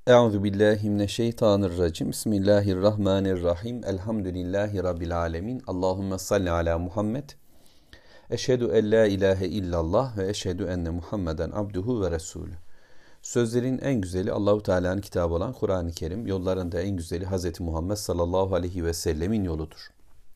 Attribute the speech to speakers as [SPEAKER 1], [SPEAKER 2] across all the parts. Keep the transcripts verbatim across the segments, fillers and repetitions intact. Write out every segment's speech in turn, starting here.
[SPEAKER 1] Euzu billahi mineşşeytanirracim. Bismillahirrahmanirrahim. Elhamdülillahi rabbil alamin. Allahumme salli ala Muhammed. Eşhedü en la ilahe illallah ve eşhedü enne Muhammeden abduhu ve resulü. Sözlerin en güzeli Allahu Teala'nın kitabı olan Kur'an-ı Kerim, yollarında en güzeli Hz. Muhammed sallallahu aleyhi ve sellemin yoludur.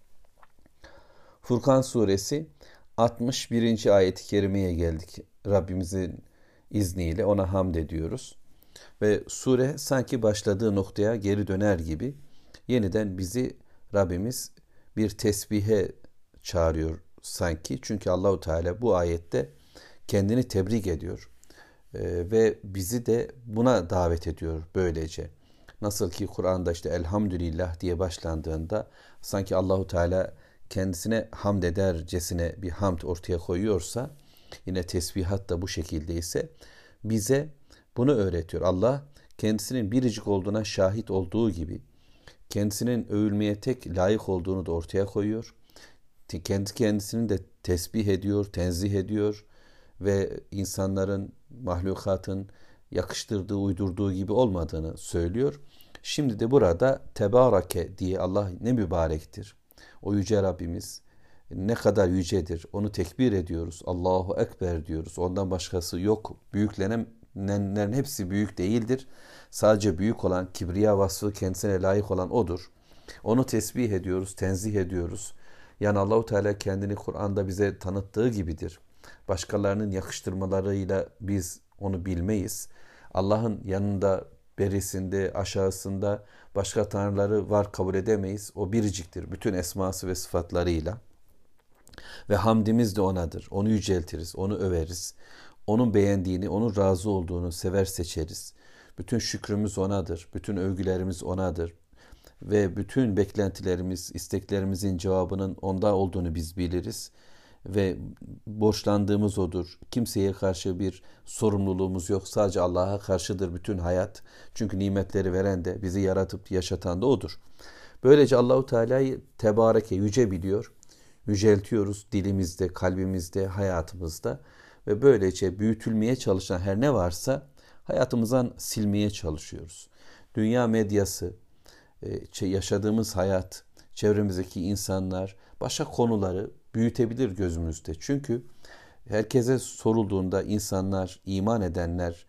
[SPEAKER 1] Furkan suresi altmış birinci ayet-i kerimeye geldik. Rabbimizin izniyle ona hamd ediyoruz. Ve sure sanki başladığı noktaya geri döner gibi yeniden bizi Rabbimiz bir tesbihe çağırıyor sanki. Çünkü Allahu Teala bu ayette kendini tebrik ediyor. Ee, ve bizi de buna davet ediyor böylece. Nasıl ki Kur'an'da işte elhamdülillah diye başlandığında sanki Allahu Teala kendisine hamd edercesine bir hamd ortaya koyuyorsa, yine tesbihat da bu şekilde ise bize bunu öğretiyor. Allah kendisinin biricik olduğuna şahit olduğu gibi kendisinin övülmeye tek layık olduğunu da ortaya koyuyor. Kendi kendisini de tesbih ediyor, tenzih ediyor ve insanların, mahlukatın yakıştırdığı, uydurduğu gibi olmadığını söylüyor. Şimdi de burada Tebarake diye Allah ne mübarektir. O yüce Rabbimiz ne kadar yücedir. Onu tekbir ediyoruz. Allahu Ekber diyoruz. Ondan başkası yok. Büyüklenenlerin hepsi büyük değildir. Sadece büyük olan, kibriya vasfı kendisine layık olan odur. Onu tesbih ediyoruz, tenzih ediyoruz. Yani Allahu Teala kendini Kur'an'da bize tanıttığı gibidir. Başkalarının yakıştırmalarıyla biz onu bilmeyiz. Allah'ın yanında, berisinde, aşağısında başka tanrıları var kabul edemeyiz. O biriciktir bütün esması ve sıfatlarıyla. Ve hamdimiz de onadır. Onu yüceltiriz, onu överiz. Onun beğendiğini, onun razı olduğunu sever seçeriz. Bütün şükrümüz onadır. Bütün övgülerimiz onadır. Ve bütün beklentilerimiz, isteklerimizin cevabının onda olduğunu biz biliriz. Ve borçlandığımız odur. Kimseye karşı bir sorumluluğumuz yok. Sadece Allah'a karşıdır bütün hayat. Çünkü nimetleri veren de, bizi yaratıp yaşatan da odur. Böylece Allahu Teala'yı tebareke, yüce biliyor. Yüceltiyoruz dilimizde, kalbimizde, hayatımızda ve böylece büyütülmeye çalışan her ne varsa hayatımızdan silmeye çalışıyoruz. Dünya medyası, yaşadığımız hayat, çevremizdeki insanlar başka konuları büyütebilir gözümüzde. Çünkü herkese sorulduğunda insanlar, iman edenler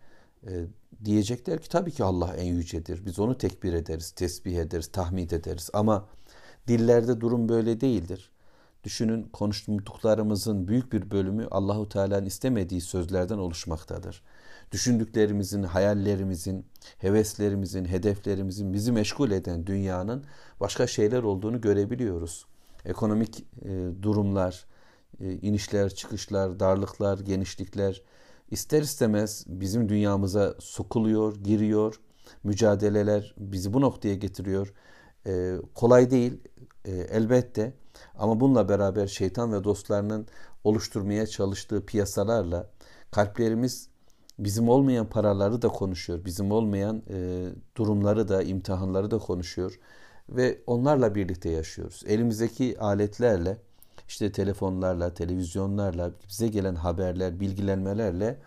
[SPEAKER 1] diyecekler ki tabii ki Allah en yücedir. Biz onu tekbir ederiz, tesbih ederiz, tahmid ederiz ama dillerde durum böyle değildir. Düşünün, konuştuklarımızın büyük bir bölümü Allahu Teala'nın istemediği sözlerden oluşmaktadır. Düşündüklerimizin, hayallerimizin, heveslerimizin, hedeflerimizin bizi meşgul eden dünyanın başka şeyler olduğunu görebiliyoruz. Ekonomik e, durumlar, e, inişler, çıkışlar, darlıklar, genişlikler ister istemez bizim dünyamıza sokuluyor, giriyor. Mücadeleler bizi bu noktaya getiriyor. E, kolay değil e, elbette. Ama bununla beraber şeytan ve dostlarının oluşturmaya çalıştığı piyasalarla kalplerimiz bizim olmayan paraları da konuşuyor. Bizim olmayan e, durumları da, imtihanları da konuşuyor. Ve onlarla birlikte yaşıyoruz. Elimizdeki aletlerle, işte telefonlarla, televizyonlarla, bize gelen haberler, bilgilenmelerle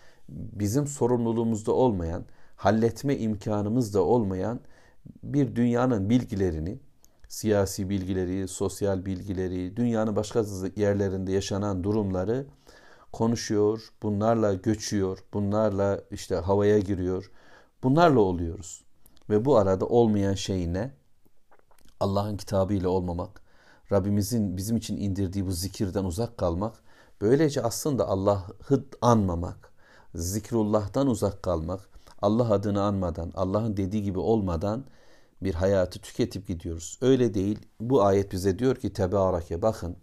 [SPEAKER 1] bizim sorumluluğumuzda olmayan, halletme imkanımız da olmayan bir dünyanın bilgilerini, siyasi bilgileri, sosyal bilgileri, dünyanın başka yerlerinde yaşanan durumları konuşuyor, bunlarla göçüyor, bunlarla işte havaya giriyor. Bunlarla oluyoruz. Ve bu arada olmayan şey ne? Allah'ın kitabıyla olmamak, Rabbimizin bizim için indirdiği bu zikirden uzak kalmak, böylece aslında Allah'ı anmamak, zikrullah'tan uzak kalmak, Allah adını anmadan, Allah'ın dediği gibi olmadan bir hayatı tüketip gidiyoruz. Öyle değil. Bu ayet bize diyor ki Tebareke, bakın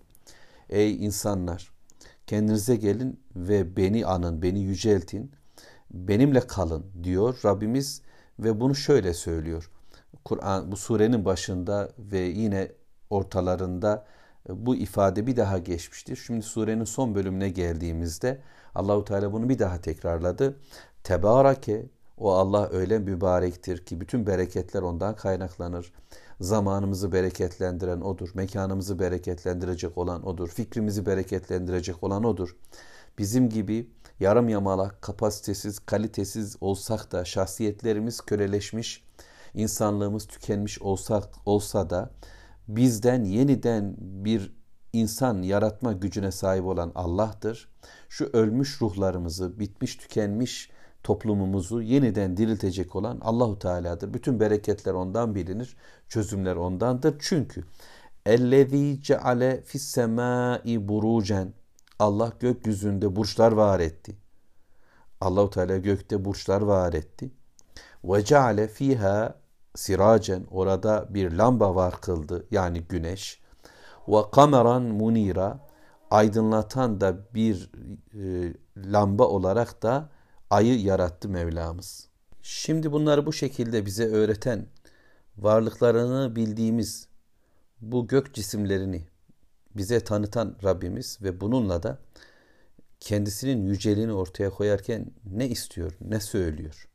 [SPEAKER 1] ey insanlar, kendinize gelin ve beni anın, beni yüceltin, benimle kalın diyor Rabbimiz ve bunu şöyle söylüyor. Kur'an bu surenin başında ve yine ortalarında bu ifade bir daha geçmiştir. Şimdi surenin son bölümüne geldiğimizde Allahu Teala bunu bir daha tekrarladı. Tebareke, o Allah öyle mübarektir ki bütün bereketler ondan kaynaklanır. Zamanımızı bereketlendiren odur. Mekanımızı bereketlendirecek olan odur. Fikrimizi bereketlendirecek olan odur. Bizim gibi yarım yamalak, kapasitesiz, kalitesiz olsak da, şahsiyetlerimiz köleleşmiş, insanlığımız tükenmiş olsak, olsa da bizden yeniden bir insan yaratma gücüne sahip olan Allah'tır. Şu ölmüş ruhlarımızı, bitmiş, tükenmiş toplumumuzu yeniden diriltecek olan Allahu Teala'dır. Bütün bereketler ondan bilinir, çözümler ondandır. Çünkü ellezî ceale fissemâi burucen, Allah gökyüzünde burçlar var etti. Allahu Teala gökte burçlar var etti. Ve ceale fiha siracen, orada bir lamba var kıldı, yani güneş. Ve kameran munira, aydınlatan da bir e, lamba olarak da ayı yarattı Mevlamız. Şimdi bunları bu şekilde bize öğreten, varlıklarını bildiğimiz bu gök cisimlerini bize tanıtan Rabbimiz ve bununla da kendisinin yüceliğini ortaya koyarken ne istiyor, ne söylüyor?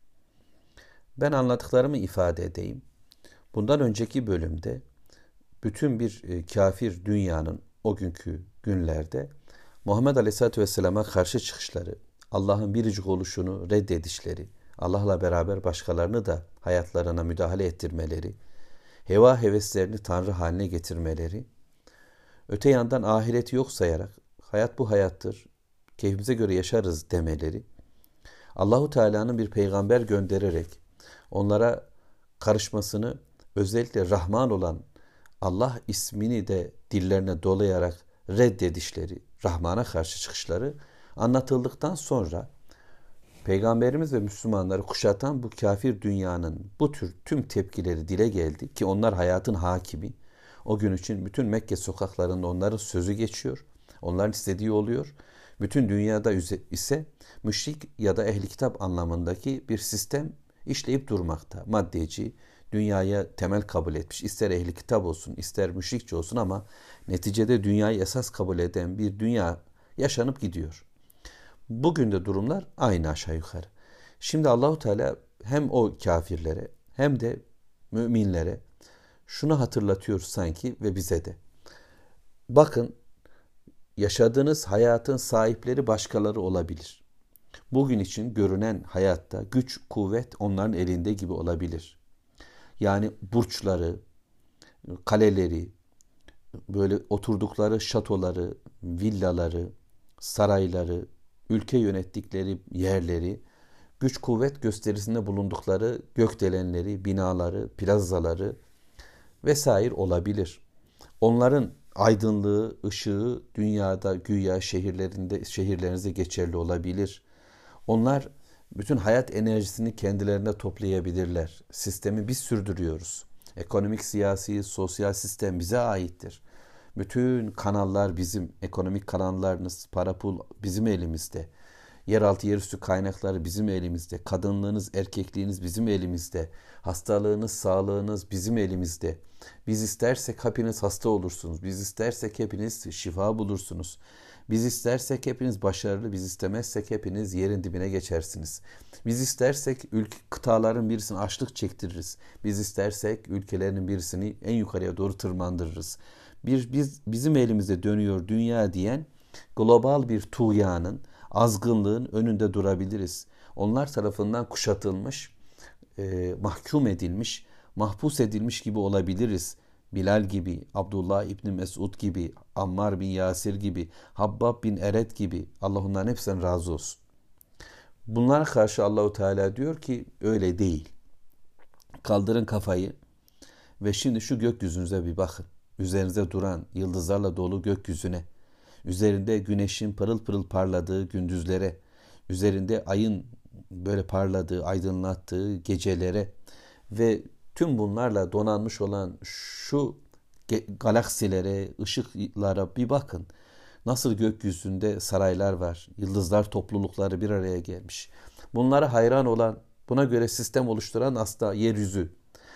[SPEAKER 1] Ben anladıklarımı ifade edeyim. Bundan önceki bölümde bütün bir e, kafir dünyanın o günkü günlerde Muhammed Aleyhisselatü Vesselam'a karşı çıkışları, Allah'ın biricik oluşunu reddedişleri, Allah'la beraber başkalarını da hayatlarına müdahale ettirmeleri, heva heveslerini Tanrı haline getirmeleri, öte yandan ahireti yok sayarak hayat bu hayattır, keyfimize göre yaşarız demeleri, Allahu Teala'nın bir peygamber göndererek onlara karışmasını, özellikle Rahman olan Allah ismini de dillerine dolayarak reddedişleri, Rahman'a karşı çıkışları anlatıldıktan sonra Peygamberimiz ve Müslümanları kuşatan bu kafir dünyanın bu tür tüm tepkileri dile geldi ki onlar hayatın hakimi. O gün için bütün Mekke sokaklarında onların sözü geçiyor. Onların istediği oluyor. Bütün dünyada ise müşrik ya da ehli kitap anlamındaki bir sistem işleyip durmakta. Maddeci, dünyaya temel kabul etmiş. İster ehli kitap olsun, ister müşrikçe olsun ama neticede dünyayı esas kabul eden bir dünya yaşanıp gidiyor. Bugün de durumlar aynı aşağı yukarı. Şimdi Allahu Teala hem o kafirlere hem de müminlere şunu hatırlatıyor sanki ve bize de. Bakın, yaşadığınız hayatın sahipleri başkaları olabilir. Bugün için görünen hayatta güç, kuvvet onların elinde gibi olabilir. Yani burçları, kaleleri, böyle oturdukları şatoları, villaları, sarayları, ülke yönettikleri yerleri, güç kuvvet gösterisinde bulundukları gökdelenleri, binaları, plazaları vesaire olabilir. Onların aydınlığı, ışığı dünyada güya şehirlerinde, şehirlerinizde geçerli olabilir. Onlar bütün hayat enerjisini kendilerine toplayabilirler. Sistemi biz sürdürüyoruz. Ekonomik, siyasi, sosyal sistem bize aittir. Bütün kanallar bizim, ekonomik kanallarınız, para pul bizim elimizde. Yeraltı, yerüstü kaynakları bizim elimizde. Kadınlığınız, erkekliğiniz bizim elimizde. Hastalığınız, sağlığınız bizim elimizde. Biz istersek hepiniz hasta olursunuz. Biz istersek hepiniz şifa bulursunuz. Biz istersek hepiniz başarılı, biz istemezsek hepiniz yerin dibine geçersiniz. Biz istersek ülke, kıtaların birisini açlık çektiririz. Biz istersek ülkelerin birisini en yukarıya doğru tırmandırırız. Bir, biz, bizim elimizde dönüyor dünya diyen global bir tuğyanın, azgınlığın önünde durabiliriz. Onlar tarafından kuşatılmış, e, mahkum edilmiş, mahpus edilmiş gibi olabiliriz. Bilal gibi, Abdullah İbni Mesud gibi, Ammar bin Yasir gibi, Habbab bin Eret gibi, Allah onların hepsinden razı olsun. Bunlara karşı Allahu Teala diyor ki öyle değil. Kaldırın kafayı ve şimdi şu gökyüzünüze bir bakın. Üzerinize duran yıldızlarla dolu gökyüzüne, üzerinde güneşin pırıl pırıl parladığı gündüzlere, üzerinde ayın böyle parladığı, aydınlattığı gecelere ve tüm bunlarla donanmış olan şu galaksilere, ışıklara bir bakın. Nasıl gökyüzünde saraylar var, yıldızlar toplulukları bir araya gelmiş. Bunlara hayran olan, buna göre sistem oluşturan aslında yeryüzü.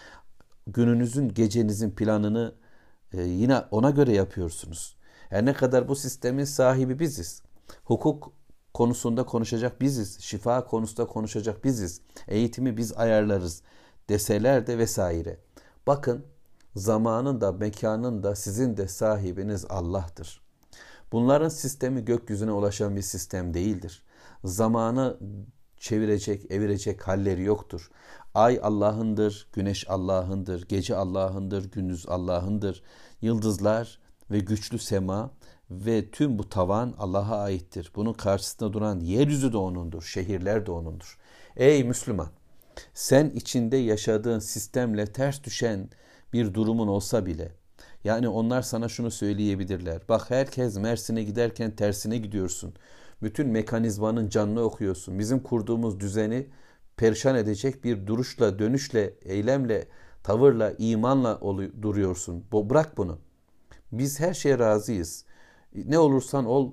[SPEAKER 1] Gününüzün, gecenizin planını e, yine ona göre yapıyorsunuz. Her ne kadar bu sistemin sahibi biziz. Hukuk konusunda konuşacak biziz. Şifa konusunda konuşacak biziz. Eğitimi biz ayarlarız deseler de vesaire. Bakın, zamanın da mekanın da sizin de sahibiniz Allah'tır. Bunların sistemi gökyüzüne ulaşan bir sistem değildir. zamanı çevirecek, evirecek halleri yoktur. Ay Allah'ındır, güneş Allah'ındır, gece Allah'ındır, gündüz Allah'ındır. Yıldızlar ve güçlü sema ve tüm bu tavan Allah'a aittir. Bunun karşısında duran yeryüzü de O'nundur, şehirler de O'nundur. Ey Müslüman! Sen içinde yaşadığın sistemle ters düşen bir durumun olsa bile, yani onlar sana şunu söyleyebilirler. Bak, herkes Mersin'e giderken tersine gidiyorsun. Bütün mekanizmanın canını okuyorsun. Bizim kurduğumuz düzeni perişan edecek bir duruşla, dönüşle, eylemle, tavırla, imanla duruyorsun. Bırak bunu. Biz her şeye razıyız. Ne olursan ol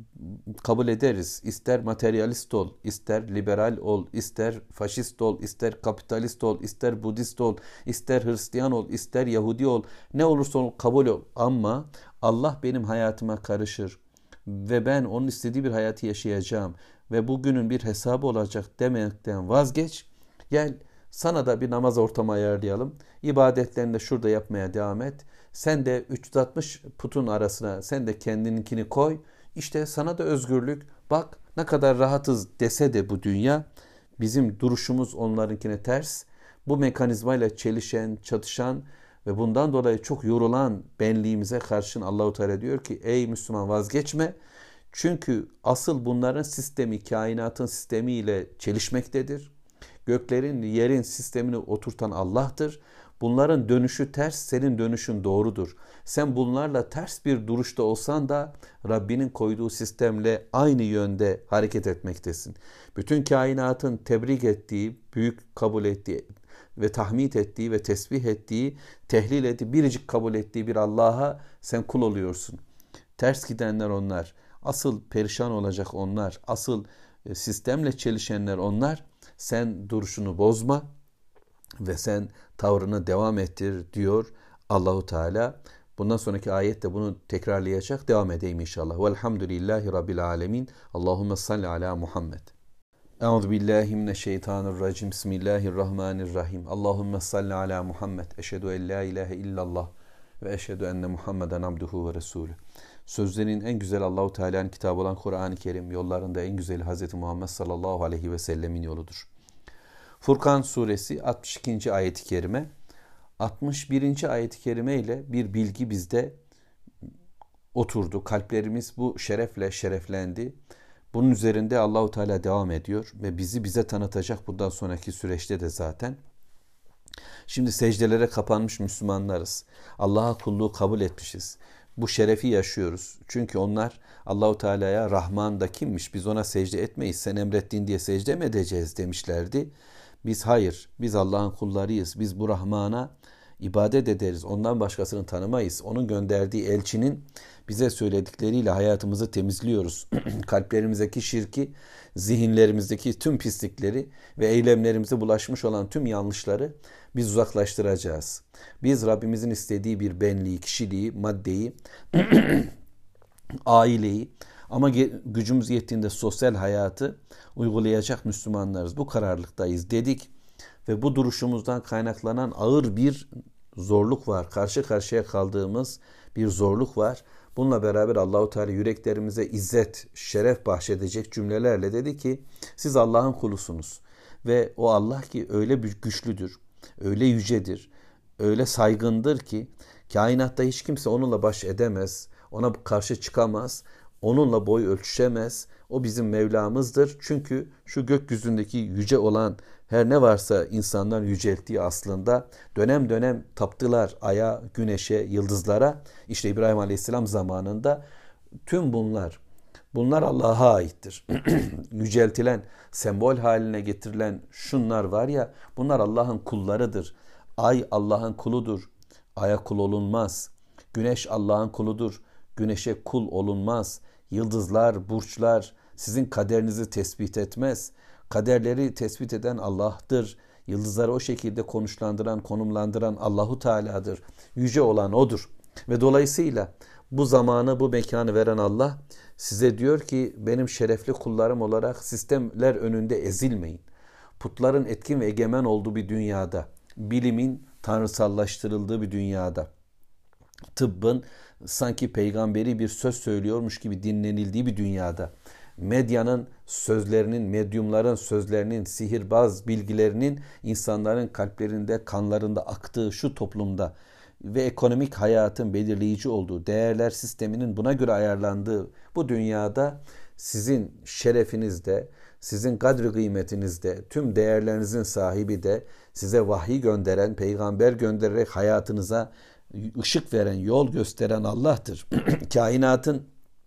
[SPEAKER 1] kabul ederiz. İster materyalist ol, ister liberal ol, ister faşist ol, ister kapitalist ol, ister Budist ol, ister Hristiyan ol, ister Yahudi ol. Ne olursa ol kabul ol. Ama Allah benim hayatıma karışır ve ben onun istediği bir hayatı yaşayacağım ve bugünün bir hesabı olacak demekten vazgeç. Gel sana da bir namaz ortamı ayarlayalım. İbadetlerini de şurada yapmaya devam et. Sen de üç yüz altmış putun arasına sen de kendininkini koy. İşte sana da özgürlük. Bak ne kadar rahatız dese de bu dünya, bizim duruşumuz onlarınkine ters. Bu mekanizmayla çelişen, çatışan ve bundan dolayı çok yorulan benliğimize karşın Allahu Teala diyor ki ey Müslüman, vazgeçme. Çünkü asıl bunların sistemi kainatın sistemiyle çelişmektedir. Göklerin, yerin sistemini oturtan Allah'tır. Bunların dönüşü ters, senin dönüşün doğrudur. Sen bunlarla ters bir duruşta olsan da Rabbinin koyduğu sistemle aynı yönde hareket etmektesin. Bütün kainatın tebrik ettiği, büyük kabul ettiği ve tahmid ettiği ve tesbih ettiği, tehlil ettiği, biricik kabul ettiği bir Allah'a sen kul oluyorsun. Ters gidenler onlar. Asıl perişan olacak onlar. Asıl sistemle çelişenler onlar. Sen duruşunu bozma ve sen tavrını devam ettir diyor Allahu Teala. Bundan sonraki ayette bunu tekrarlayacak. Devam edeyim inşallah. Velhamdülillahi Rabbil alemin. Allahümme salli ala Muhammed. Euzubillahimineşşeytanirracim. Bismillahirrahmanirrahim. Allahümme salli ala Muhammed. Eşhedü en la ilahe illallah ve eşhedü enne Muhammeden abduhu ve resulü. Sözlerin en güzel Allahu Teala'nın kitabı olan Kur'an-ı Kerim, yollarında en güzeli Hz. Muhammed sallallahu aleyhi ve sellemin yoludur. Furkan suresi altmış ikinci ayet-i kerime. altmış birinci ayet-i kerime ile bir bilgi bizde oturdu. Kalplerimiz bu şerefle şereflendi. Bunun üzerinde Allahu Teala devam ediyor ve bizi bize tanıtacak bundan sonraki süreçte de zaten. Şimdi secdelere kapanmış Müslümanlarız. Allah'a kulluğu kabul etmişiz. Bu şerefi yaşıyoruz. Çünkü onlar Allahu Teala'ya Rahman da kimmiş? Biz ona secde etmeyiz. Sen emrettiğin diye secde mi edeceğiz demişlerdi. Biz hayır. Biz Allah'ın kullarıyız. Biz bu Rahman'a ibadet ederiz. Ondan başkasını tanımayız. Onun gönderdiği elçinin bize söyledikleriyle hayatımızı temizliyoruz. Kalplerimizdeki şirki, zihinlerimizdeki tüm pislikleri ve eylemlerimize bulaşmış olan tüm yanlışları biz uzaklaştıracağız. Biz Rabbimizin istediği bir benliği, kişiliği, maddeyi, aileyi ama gücümüz yettiğinde sosyal hayatı uygulayacak Müslümanlarız. Bu kararlılıktayız dedik ve bu duruşumuzdan kaynaklanan ağır bir zorluk var. Karşı karşıya kaldığımız bir zorluk var. Bununla beraber Allahu Teala yüreklerimize izzet, şeref bahşedecek cümlelerle dedi ki siz Allah'ın kulusunuz ve o Allah ki öyle güçlüdür, öyle yücedir, öyle saygındır ki kainatta hiç kimse onunla baş edemez, ona karşı çıkamaz, onunla boy ölçüşemez. O bizim Mevlamızdır. Çünkü şu gökyüzündeki yüce olan her ne varsa insanlar yücelttiği aslında dönem dönem taptılar aya, güneşe, yıldızlara. İşte İbrahim Aleyhisselam zamanında tüm bunlar, bunlar Allah'a aittir. Yüceltilen, sembol haline getirilen şunlar var ya, bunlar Allah'ın kullarıdır. Ay Allah'ın kuludur. Aya kul olunmaz. Güneş Allah'ın kuludur. Güneşe kul olunmaz. Yıldızlar, burçlar sizin kaderinizi tespit etmez. Kaderleri tespit eden Allah'tır. Yıldızları o şekilde konuşlandıran, konumlandıran Allahu Teala'dır. Yüce olan O'dur. Ve dolayısıyla bu zamanı, bu mekanı veren Allah size diyor ki benim şerefli kullarım olarak sistemler önünde ezilmeyin. Putların etkin ve egemen olduğu bir dünyada, bilimin tanrısallaştırıldığı bir dünyada, tıbbın sanki peygamberi bir söz söylüyormuş gibi dinlenildiği bir dünyada medyanın sözlerinin, medyumların sözlerinin, sihirbaz bilgilerinin insanların kalplerinde, kanlarında aktığı şu toplumda ve ekonomik hayatın belirleyici olduğu, değerler sisteminin buna göre ayarlandığı bu dünyada sizin şerefinizde, sizin kadri kıymetinizde, tüm değerlerinizin sahibi de size vahiy gönderen, peygamber göndererek hayatınıza ışık veren, yol gösteren Allah'tır. Kainatın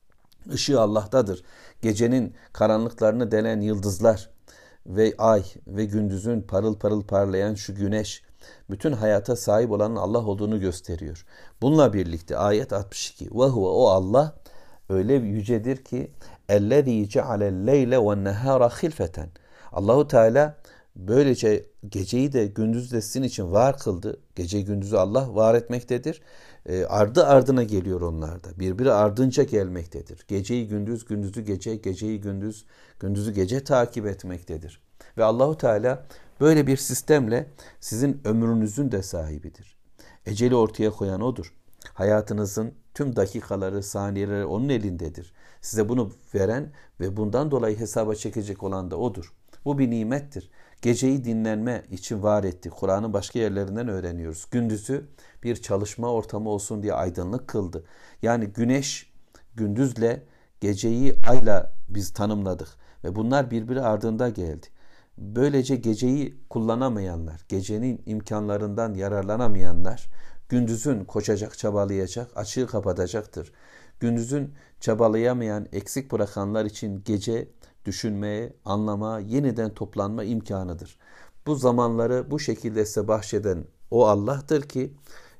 [SPEAKER 1] ışığı Allah'tadır. Gecenin karanlıklarını delen yıldızlar ve ay ve gündüzün parıl parıl parlayan şu güneş, bütün hayata sahip olanın Allah olduğunu gösteriyor. Bununla birlikte ayet altmış iki. Ve huve, o Allah öyle yücedir ki ellezî cealel leyle ve nehâra hilfeten. Allahu Teala böylece geceyi de gündüzü de sizin için var kıldı. Gece gündüzü Allah var etmektedir. E, ardı ardına geliyor onlarda. Birbiri ardınca gelmektedir. Geceyi gündüz, gündüzü gece, geceyi gündüz, gündüzü gece takip etmektedir. Ve Allahu Teala böyle bir sistemle sizin ömrünüzün de sahibidir. Eceli ortaya koyan odur. Hayatınızın tüm dakikaları, saniyeleri onun elindedir. Size bunu veren ve bundan dolayı hesaba çekecek olan da odur. Bu bir nimettir. Geceyi dinlenme için var etti. Kur'an'ın başka yerlerinden öğreniyoruz. Gündüzü bir çalışma ortamı olsun diye aydınlık kıldı. Yani güneş gündüzle, geceyi ayla biz tanımladık. Ve bunlar birbiri ardında geldi. Böylece geceyi kullanamayanlar, gecenin imkanlarından yararlanamayanlar, gündüzün koşacak, çabalayacak, açığı kapatacaktır. Gündüzün çabalayamayan, eksik bırakanlar için gece düşünmeye, anlama, yeniden toplanma imkanıdır. Bu zamanları bu şekilde size bahşeden o Allah'tır ki,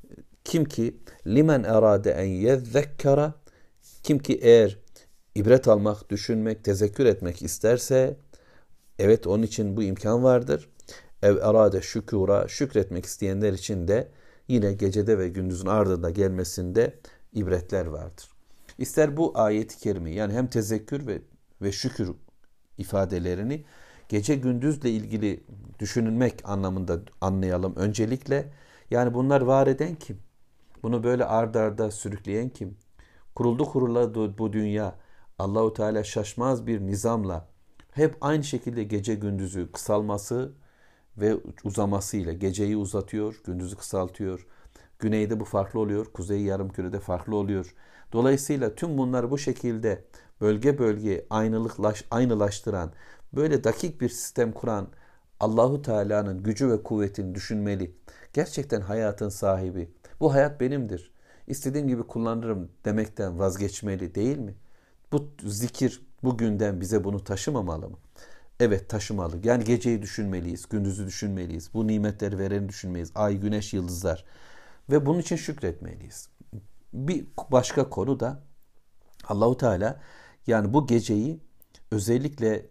[SPEAKER 1] kim ki limen erade en yezzekkara, kim ki eğer ibret almak, düşünmek, tezekkür etmek isterse, evet onun için bu imkan vardır. Ev erade şükura, şükretmek isteyenler için de yine gecede ve gündüzün ardında gelmesinde ibretler vardır. İster bu ayet-i kerime, yani hem tezekkür ve ve şükür ifadelerini gece gündüzle ilgili düşünülmek anlamında anlayalım öncelikle. Yani bunlar var eden kim? Bunu böyle ard arda sürükleyen kim? Kuruldu kuruladı bu dünya Allahu Teala şaşmaz bir nizamla hep aynı şekilde gece gündüzü kısalması ve uzamasıyla geceyi uzatıyor, gündüzü kısaltıyor. Güneyde bu farklı oluyor, kuzey yarımkürede farklı oluyor. Dolayısıyla tüm bunlar bu şekilde bölge bölge aynılıklaş, aynılaştıran, böyle dakik bir sistem kuran Allahu Teala'nın gücü ve kuvvetini düşünmeli. Gerçekten hayatın sahibi. Bu hayat benimdir. İstediğim gibi kullanırım demekten vazgeçmeli değil mi? Bu zikir bugünden bize bunu taşımamalı mı? Evet, taşımalı. Yani geceyi düşünmeliyiz, gündüzü düşünmeliyiz. Bu nimetleri vereni düşünmeliyiz. Ay, güneş, yıldızlar. Ve bunun için şükretmeliyiz. Bir başka konu da Allahu Teala, yani bu geceyi özellikle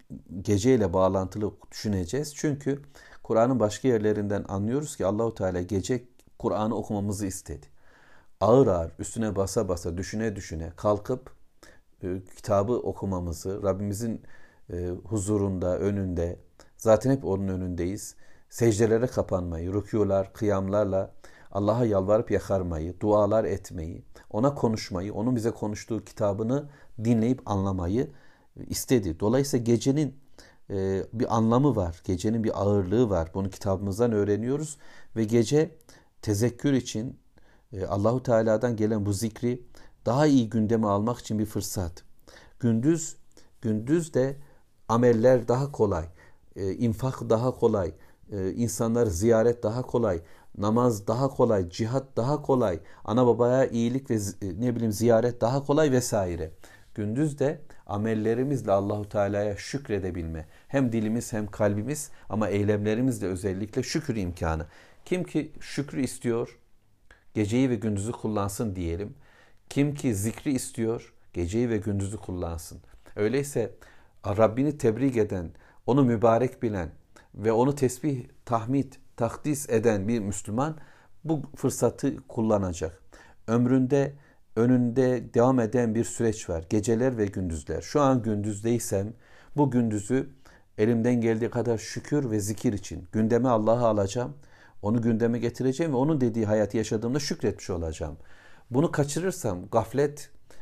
[SPEAKER 1] geceyle bağlantılı düşüneceğiz. Çünkü Kur'an'ın başka yerlerinden anlıyoruz ki Allahu Teala gece Kur'an'ı okumamızı istedi. Ağır ağır, üstüne basa basa, düşüne düşüne kalkıp e, kitabı okumamızı, Rabbimizin e, huzurunda, önünde, zaten hep onun önündeyiz. Secdelere kapanmayı, rükûlar, kıyamlarla Allah'a yalvarıp yakarmayı, dualar etmeyi, ona konuşmayı, onun bize konuştuğu kitabını dinleyip anlamayı istedi. Dolayısıyla gecenin e, bir anlamı var, gecenin bir ağırlığı var. Bunu kitabımızdan öğreniyoruz ve gece tezekkür için e, Allahu Teala'dan gelen bu zikri daha iyi gündeme almak için bir fırsat. Gündüz, gündüz de ameller daha kolay, e, infak daha kolay, e, insanlar ziyaret daha kolay, namaz daha kolay, cihat daha kolay, ana babaya iyilik ve ne bileyim ziyaret daha kolay vesaire. Gündüz de amellerimizle Allahu Teala'ya şükredebilme. Hem dilimiz hem kalbimiz ama eylemlerimizle özellikle şükür imkanı. Kim ki şükrü istiyor, geceyi ve gündüzü kullansın diyelim. Kim ki zikri istiyor, geceyi ve gündüzü kullansın. Öyleyse Rabbini tebrik eden, onu mübarek bilen ve onu tesbih, tahmid, takdis eden bir Müslüman bu fırsatı kullanacak. Ömründe önünde devam eden bir süreç var. Geceler ve gündüzler. Şu an gündüzdeysem bu gündüzü elimden geldiği kadar şükür ve zikir için gündeme Allah'ı alacağım. Onu gündeme getireceğim ve onun dediği hayatı yaşadığımda şükretmiş olacağım. Bunu kaçırırsam gaflet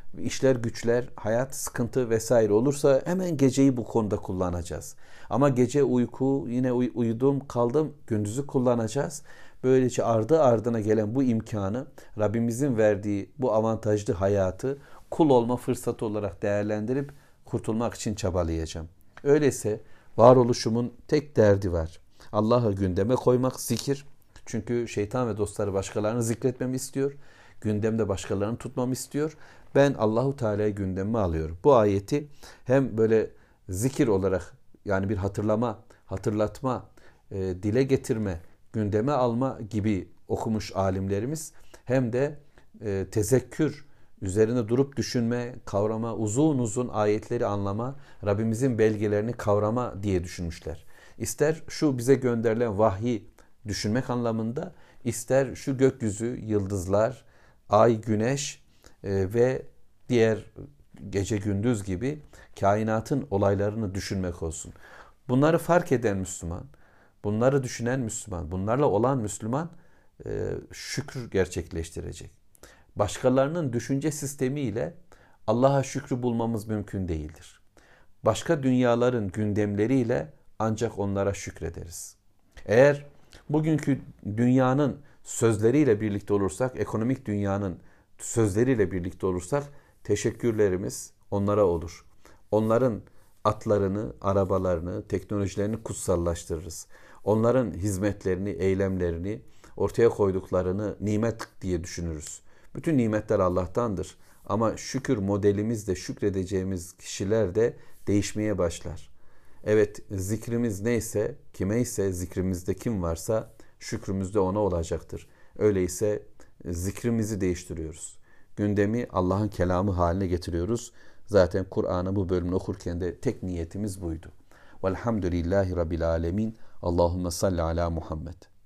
[SPEAKER 1] işler güçler, hayat sıkıntı vesaire olursa hemen geceyi bu konuda kullanacağız. Ama gece uyku, yine uy- uyudum kaldım, gündüzü kullanacağız. Böylece ardı ardına gelen bu imkanı, Rabbimizin verdiği bu avantajlı hayatı kul olma fırsatı olarak değerlendirip kurtulmak için çabalayacağım. Öyleyse varoluşumun tek derdi var. Allah'ı gündeme koymak, zikir. Çünkü şeytan ve dostları başkalarını zikretmemi istiyor. Gündemde başkalarını tutmamı istiyor. Ben Allahu Teala'yı gündeme alıyorum. Bu ayeti hem böyle zikir olarak, yani bir hatırlama, hatırlatma, e, dile getirme, gündeme alma gibi okumuş alimlerimiz, hem de e, tezekkür, üzerine durup düşünme, kavrama, uzun uzun ayetleri anlama, Rabbimizin belgelerini kavrama diye düşünmüşler. İster şu bize gönderilen vahyi düşünmek anlamında, ister şu gökyüzü, yıldızlar, ay, güneş e, ve diğer gece gündüz gibi kainatın olaylarını düşünmek olsun. Bunları fark eden Müslüman, bunları düşünen Müslüman, bunlarla olan Müslüman e, şükür gerçekleştirecek. Başkalarının düşünce sistemiyle Allah'a şükrü bulmamız mümkün değildir. Başka dünyaların gündemleriyle ancak onlara şükrederiz. Eğer bugünkü dünyanın sözleriyle birlikte olursak, ekonomik dünyanın sözleriyle birlikte olursak, teşekkürlerimiz onlara olur. Onların atlarını, arabalarını, teknolojilerini kutsallaştırırız. Onların hizmetlerini, eylemlerini, ortaya koyduklarını nimet diye düşünürüz. Bütün nimetler Allah'tandır. Ama şükür modelimiz de, şükredeceğimiz kişiler de değişmeye başlar. Evet, zikrimiz neyse, kimeyse, zikrimizde kim varsa şükrümüz de ona olacaktır. Öyleyse zikrimizi değiştiriyoruz. Gündemi Allah'ın kelamı haline getiriyoruz. Zaten Kur'an'ı bu bölümünü okurken de tek niyetimiz buydu. Velhamdülillahi Rabbil alemin. Allahümme salli ala Muhammed.